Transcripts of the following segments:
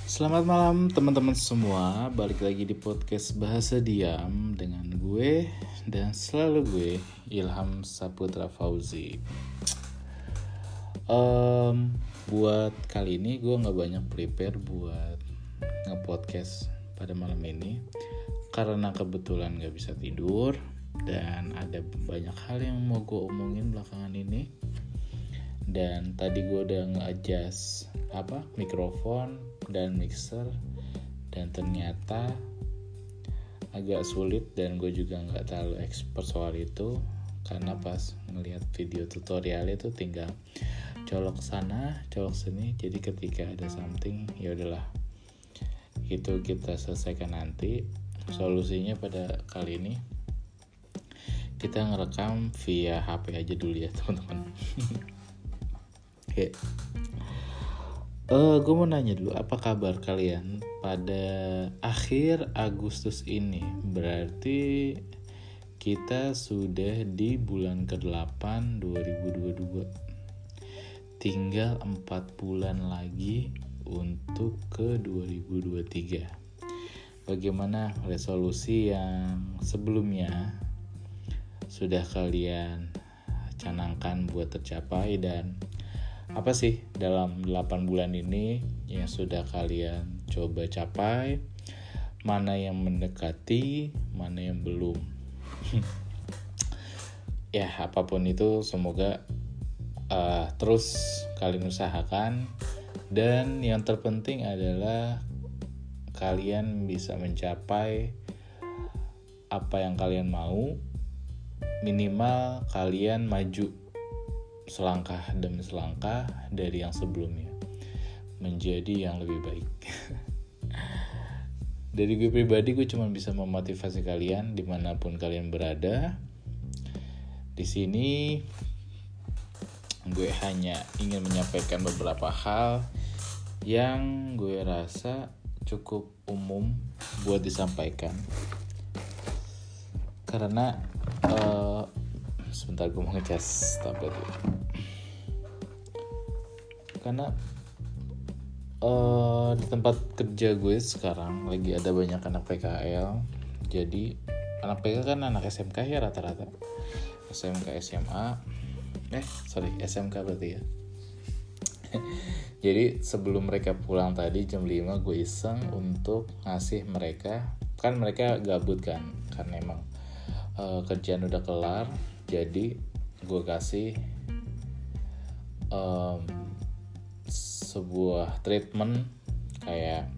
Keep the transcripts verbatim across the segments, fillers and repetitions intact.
Selamat malam teman-teman semua, balik lagi di podcast Bahasa Diam dengan gue dan selalu gue, Ilham Saputra Fauzi. um, Buat kali ini gue gak banyak prepare buat nge-podcast pada malam ini karena kebetulan gak bisa tidur dan ada banyak hal yang mau gue omongin belakangan ini. Dan tadi gue udah nge-adjust apa mikrofon dan mixer dan ternyata agak sulit dan gue juga nggak terlalu expert soal itu karena pas ngelihat video tutorial itu tinggal colok sana colok sini, jadi ketika ada something ya udahlah itu kita selesaikan nanti. Solusinya pada kali ini kita ngerekam via H P aja dulu ya teman-teman. Oke, uh, gue mau nanya dulu, apa kabar kalian pada akhir Agustus ini? Berarti kita sudah di bulan kedelapan dua ribu dua puluh dua. Tinggal empat bulan lagi untuk ke dua ribu dua puluh tiga. Bagaimana resolusi yang sebelumnya sudah kalian canangkan buat tercapai, dan apa sih dalam delapan bulan ini yang sudah kalian coba capai? Mana yang mendekati, mana yang belum? Ya, apapun itu semoga uh, terus kalian usahakan. Dan yang terpenting adalah kalian bisa mencapai apa yang kalian mau. Minimal kalian maju selangkah demi selangkah dari yang sebelumnya menjadi yang lebih baik. Dari gue pribadi, gue cuma bisa memotivasi kalian dimanapun kalian berada. Di sini gue hanya ingin menyampaikan beberapa hal yang gue rasa cukup umum buat disampaikan karena uh, sebentar gue mau ngecas tablet dulu. Karena uh, di tempat kerja gue sekarang lagi ada banyak anak P K L. Jadi anak P K L kan anak S M K ya rata-rata, S M K S M A Eh sorry S M K berarti ya. Jadi sebelum mereka pulang tadi jam lima, gue iseng untuk ngasih mereka, kan mereka gabut kan karena emang uh, kerjaan udah kelar. Jadi gue kasih um, sebuah treatment, kayak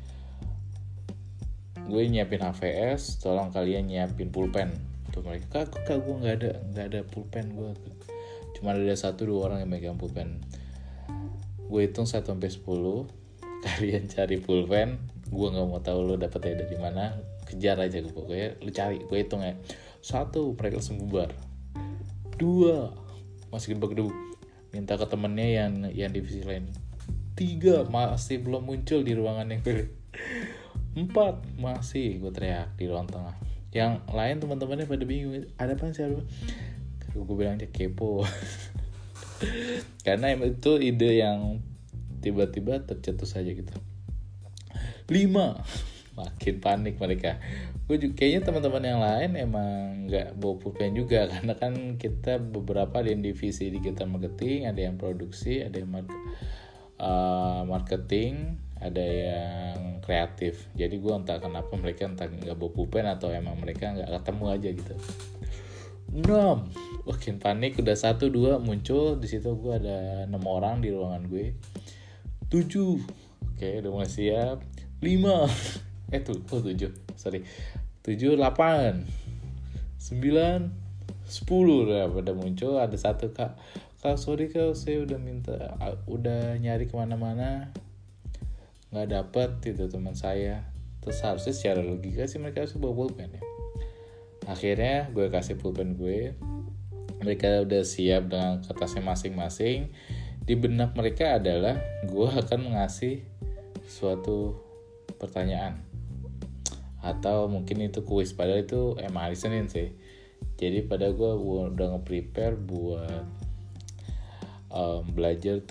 gue nyiapin H V S, tolong kalian nyiapin pulpen untuk mereka. Kak, kak gue nggak ada nggak ada pulpen, gue cuma ada satu dua orang yang megang pulpen. Gue hitung satu sampai sepuluh, kalian cari pulpen. Gue nggak mau tahu lo dapetnya dari mana, kejar aja gue pokoknya, lo cari. Gue hitung ya, satu mereka langsung bubar, dua masih gebek-gebek minta ke temennya yang yang divisi lain, tiga masih belum muncul di ruangan yang pilih, empat masih gue teriak di ruang tengah. Yang lain teman-temannya pada bingung, ada apa sih? Gue bilang aja kepo. Karena itu ide yang tiba-tiba tercetus saja gitu. Lima, makin panik mereka. Gue juga, kayaknya teman-teman yang lain emang nggak bawa pulpen juga, karena kan kita beberapa ada yang divisi digital marketing, ada yang produksi, ada yang mar- uh, marketing, ada yang kreatif. Jadi gue entah kenapa mereka entah nggak bawa pulpen atau emang mereka nggak ketemu aja gitu. Enam, makin panik. Udah satu dua muncul di situ, gue ada enam orang di ruangan gue. Tujuh, oke udah mulai siap. Lima, eh tuh oh tujuh sorry tujuh delapan sembilan sepuluh udah pada muncul. Ada satu, kak kak sorry kak, saya udah minta udah nyari kemana-mana nggak dapet itu teman saya. Terus harusnya secara logika sih mereka harus bawa pulpen ya. Akhirnya gue kasih pulpen gue, mereka udah siap dengan kertasnya masing-masing. Di benak mereka adalah gue akan mengasih suatu pertanyaan atau mungkin itu kuis, padahal itu emang hari Senin sih. Jadi pada gue udah nge-prepare buat um, belajar tuh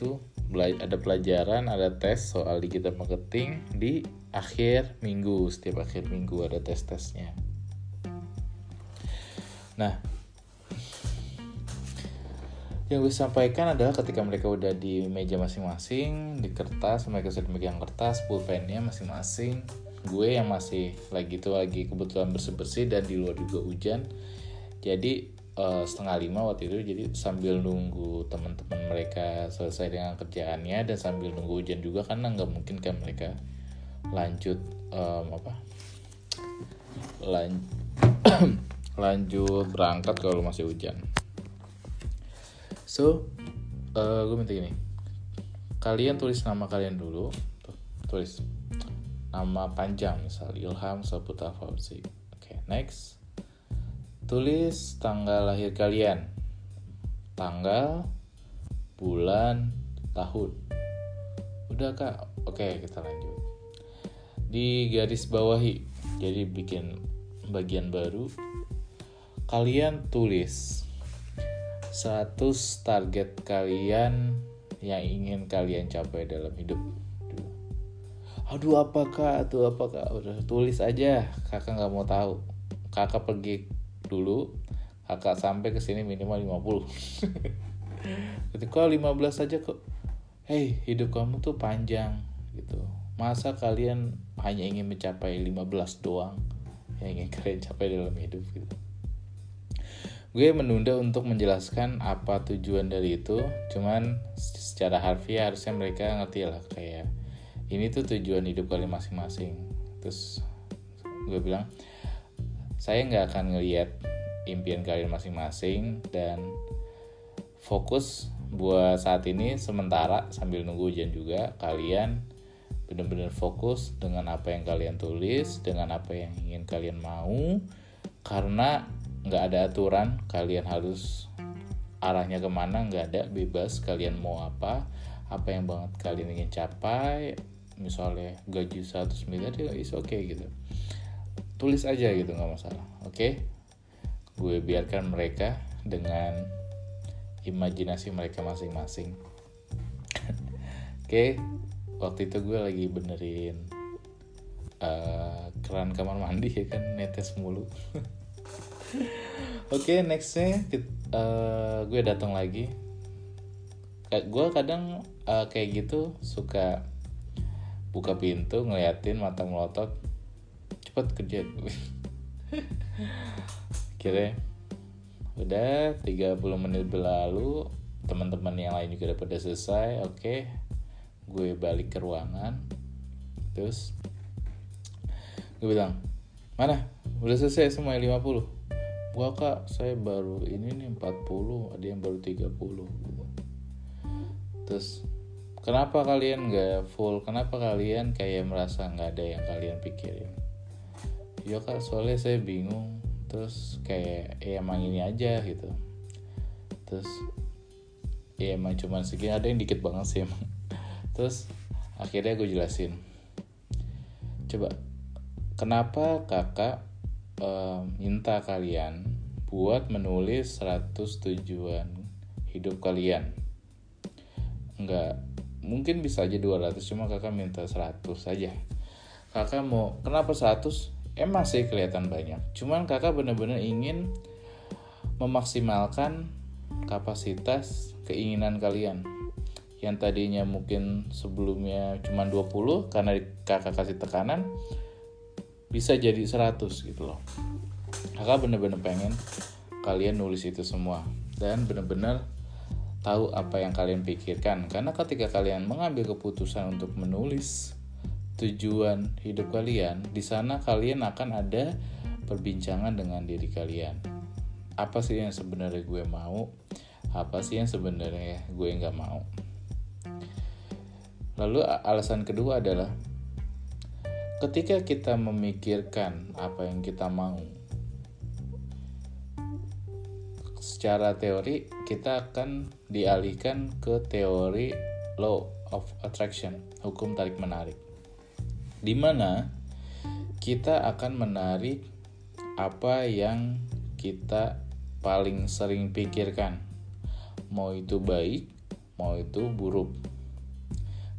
bela- ada pelajaran, ada tes soal digital marketing di akhir minggu. Setiap akhir minggu ada tes-tesnya. Nah, yang gue sampaikan adalah ketika mereka udah di meja masing-masing, di kertas, mereka sudah megang kertas, pulpennya masing-masing. Gue yang masih lagi itu lagi kebetulan bersih-bersih dan di luar juga hujan. Jadi uh, setengah lima waktu itu, jadi sambil nunggu teman-teman mereka selesai dengan kerjaannya dan sambil nunggu hujan juga, karena nggak mungkin kan mereka lanjut um, apa lan- lanjut berangkat kalau masih hujan. So, uh, gue minta gini, kalian tulis nama kalian dulu, tuh, tulis nama panjang, misal Ilham Saputra Fauzi. Oke, okay, next, tulis tanggal lahir kalian, tanggal, bulan, tahun. Udah kak, oke okay, kita lanjut. Di garis bawahi, jadi bikin bagian baru, kalian tulis seratus target kalian yang ingin kalian capai dalam hidup. Aduh apakah, aduh apakah, udah tulis aja, kakak nggak mau tahu. Kakak pergi dulu, kakak sampai ke sini minimal lima puluh. Ketika lima belas aja kok. Hey, hidup kamu tuh panjang gitu. Masa kalian hanya ingin mencapai lima belas doang yang ingin kalian capai dalam hidup gitu. Gue menunda untuk menjelaskan apa tujuan dari itu, cuman secara harfiah harusnya mereka ngerti lah, kayak ini tuh tujuan hidup kalian masing-masing. Terus gue bilang, saya nggak akan ngelihat impian kalian masing-masing dan fokus buat saat ini sementara sambil nunggu hujan juga, kalian benar-benar fokus dengan apa yang kalian tulis, dengan apa yang ingin kalian mau, karena nggak ada aturan kalian harus arahnya kemana, nggak ada, bebas kalian mau apa apa yang banget kalian ingin capai. Misalnya gaji seratus miliar ya is oke okay, gitu, tulis aja gitu, nggak masalah. Oke okay? Gue biarkan mereka dengan imajinasi mereka masing-masing. Oke okay? Waktu itu gue lagi benerin uh, keran kamar mandi ya kan, netes mulu. Oke, okay, nextnya uh, gue datang lagi. Gue kadang uh, kayak gitu suka buka pintu ngeliatin mata melotot, cepet kerja. Kira udah tiga puluh menit berlalu, teman-teman yang lain juga udah pada selesai. Oke, okay. Gue balik ke ruangan, terus gue bilang, mana? Udah selesai semua lima puluh? Gua kak, saya baru ini nih empat puluh, ada yang baru tiga puluh. Terus kenapa kalian gak full? Kenapa kalian kayak merasa gak ada yang kalian pikirin? Ya kak, soalnya saya bingung. Terus kayak ya emang ini aja gitu. Terus ya emang cuma segini, ada yang dikit banget sih emang. Terus akhirnya gue jelasin, coba kenapa kakak Uh, minta kalian buat menulis seratus tujuan hidup kalian. Enggak, mungkin bisa aja dua ratus, cuma kakak minta seratus saja. Kakak mau, kenapa seratus? Emang sih kelihatan banyak, cuman kakak benar-benar ingin memaksimalkan kapasitas keinginan kalian. Yang tadinya mungkin sebelumnya cuma dua puluh, karena kakak kasih tekanan bisa jadi seratus gitu loh. Kakak bener-bener pengen kalian nulis itu semua dan bener-bener tahu apa yang kalian pikirkan, karena ketika kalian mengambil keputusan untuk menulis tujuan hidup kalian, di sana kalian akan ada perbincangan dengan diri kalian. Apa sih yang sebenarnya gue mau? Apa sih yang sebenarnya gue nggak mau? Lalu alasan kedua adalah, ketika kita memikirkan apa yang kita mau, secara teori kita akan dialihkan ke teori law of attraction, hukum tarik menarik, di mana kita akan menarik apa yang kita paling sering pikirkan, mau itu baik, mau itu buruk.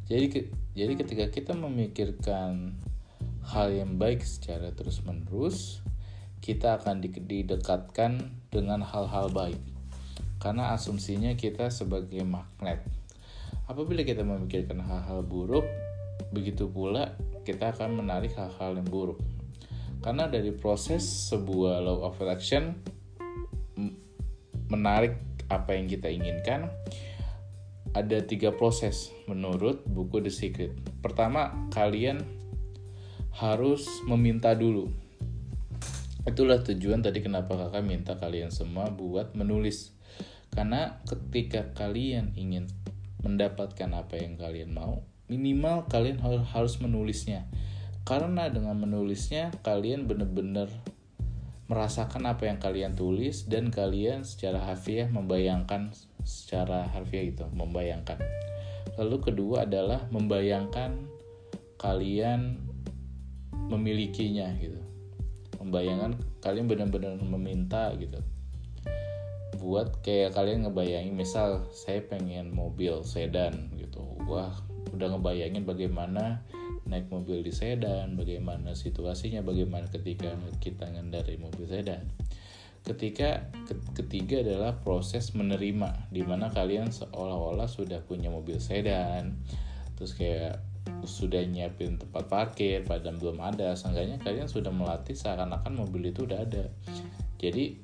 Jadi jadi ketika kita memikirkan hal yang baik secara terus-menerus, kita akan didekatkan dengan hal-hal baik. Karena asumsinya kita sebagai magnet. Apabila kita memikirkan hal-hal buruk, begitu pula kita akan menarik hal-hal yang buruk. Karena dari proses sebuah law of attraction menarik apa yang kita inginkan, ada tiga proses menurut buku The Secret. Pertama, kalian harus meminta dulu. Itulah tujuan tadi kenapa kakak minta kalian semua buat menulis. Karena ketika kalian ingin mendapatkan apa yang kalian mau, minimal kalian harus menulisnya. Karena dengan menulisnya kalian benar-benar merasakan apa yang kalian tulis dan kalian secara harfiah membayangkan secara harfiah itu, membayangkan. Lalu kedua adalah membayangkan kalian memilikinya gitu. Membayangkan kalian benar-benar meminta gitu. Buat kayak kalian ngebayangin, misal saya pengen mobil sedan gitu. Wah, udah ngebayangin bagaimana naik mobil di sedan, bagaimana situasinya, bagaimana ketika kita ngendarai mobil sedan. Ketika ketiga adalah proses menerima, di mana kalian seolah-olah sudah punya mobil sedan, terus kayak sudah nyiapin tempat parkir padahal belum ada. Seenggaknya kalian sudah melatih seakan-akan mobil itu udah ada. Jadi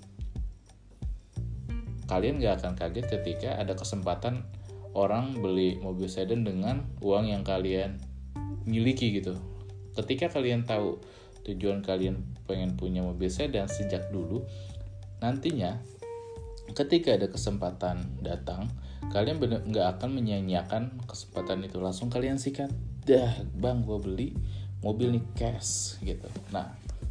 kalian gak akan kaget ketika ada kesempatan orang beli mobil sedan dengan uang yang kalian miliki gitu. Ketika kalian tahu tujuan kalian pengen punya mobil sedan sejak dulu, nantinya ketika ada kesempatan datang, kalian bener nggak akan menyia-nyiakan kesempatan itu. Langsung kalian sikat, dah bang gue beli mobil nih cash gitu. Nah,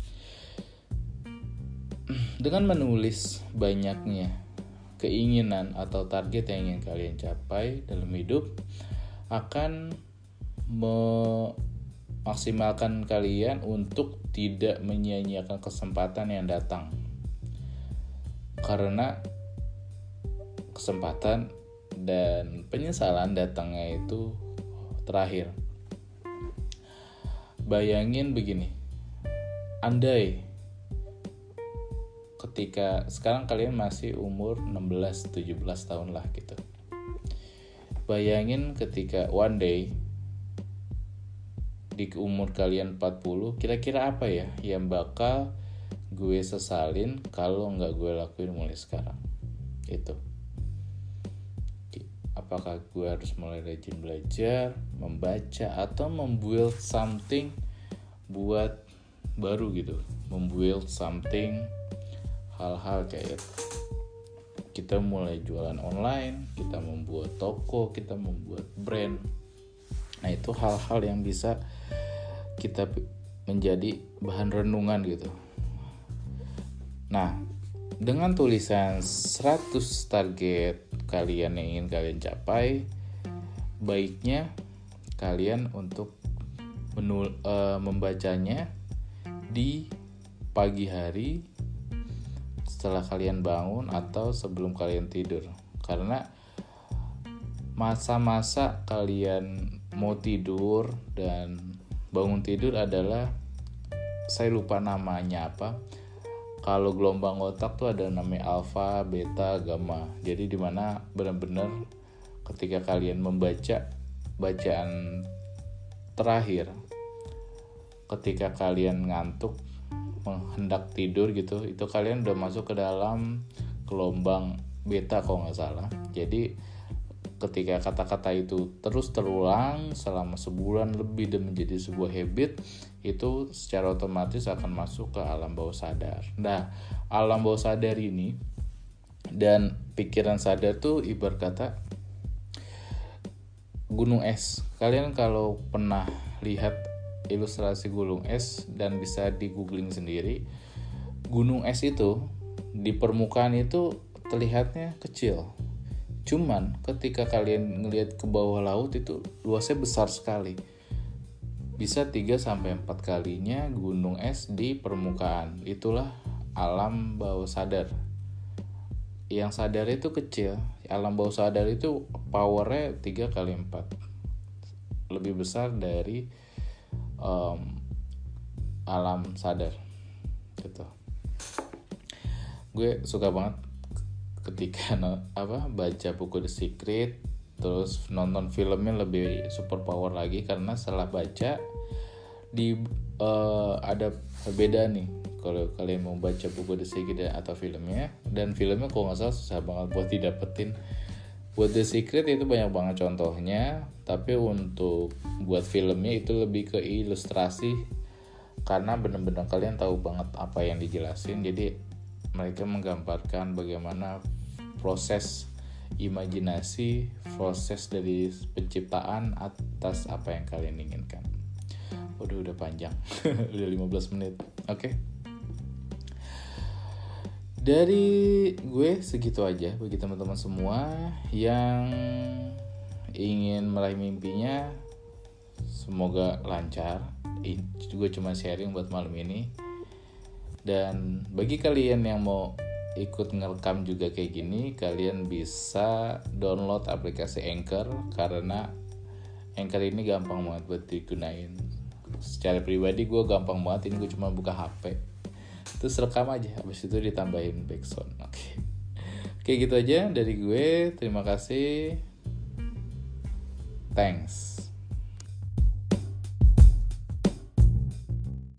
dengan menulis banyaknya keinginan atau target yang ingin kalian capai dalam hidup akan memaksimalkan kalian untuk tidak menyia-nyiakan kesempatan yang datang. Karena kesempatan dan penyesalan datangnya itu terakhir. Bayangin begini, andai ketika sekarang kalian masih umur enam belas tujuh belas tahun lah gitu. Bayangin ketika one day di umur kalian empat puluh, kira-kira apa ya yang bakal gue sesalin kalau nggak gue lakuin mulai sekarang. Itu apakah gue harus mulai rajin belajar, membaca, atau membuild something buat baru gitu, membuild something, hal-hal kayak kita mulai jualan online, kita membuat toko, kita membuat brand. Nah, itu hal-hal yang bisa kita menjadi bahan renungan gitu. Nah, dengan tulisan seratus target kalian yang ingin kalian capai, baiknya kalian untuk menul, uh, membacanya di pagi hari setelah kalian bangun atau sebelum kalian tidur. Karena masa-masa kalian mau tidur dan bangun tidur adalah, saya lupa namanya apa. Kalau gelombang otak tuh ada namanya alfa, beta, gamma. Jadi dimana benar-benar ketika kalian membaca bacaan terakhir, ketika kalian ngantuk hendak tidur gitu, itu kalian udah masuk ke dalam gelombang beta kalau nggak salah. Jadi ketika kata-kata itu terus terulang selama sebulan lebih dan menjadi sebuah habit, itu secara otomatis akan masuk ke alam bawah sadar. Nah, alam bawah sadar ini dan pikiran sadar tuh ibarat kata gunung es. Kalian kalau pernah lihat ilustrasi gunung es dan bisa di googling sendiri, gunung es itu di permukaan itu terlihatnya kecil. Cuman ketika kalian ngelihat ke bawah laut itu luasnya besar sekali. Bisa tiga sampai empat kalinya gunung es di permukaan. Itulah alam bawah sadar. Yang sadar itu kecil. Alam bawah sadar itu powernya tiga kali empat. lebih besar dari um, alam sadar gitu. Gue suka banget ketika no, apa baca buku The Secret, terus nonton filmnya lebih super power lagi karena setelah baca di uh, ada beda nih kalau kalian mau baca buku The Secret atau filmnya. Dan filmnya kalau nggak salah susah banget buat didapetin. Buat The Secret itu banyak banget contohnya, tapi untuk buat filmnya itu lebih ke ilustrasi karena benar-benar kalian tahu banget apa yang dijelasin. Jadi mereka menggambarkan bagaimana proses imajinasi, proses dari penciptaan atas apa yang kalian inginkan. Waduh, udah panjang. Udah lima belas menit. Oke. Okay. Dari gue segitu aja bagi teman-teman semua yang ingin meraih mimpinya. Semoga lancar. Ini gue cuma sharing buat malam ini. Dan bagi kalian yang mau ikut ngerekam juga kayak gini, kalian bisa download aplikasi Anchor karena Anchor ini gampang banget buat digunain. Secara pribadi gue gampang banget, ini gue cuma buka H P terus rekam aja, habis itu ditambahin backsound. Oke, okay. Kayak gitu aja dari gue. Terima kasih. Thanks.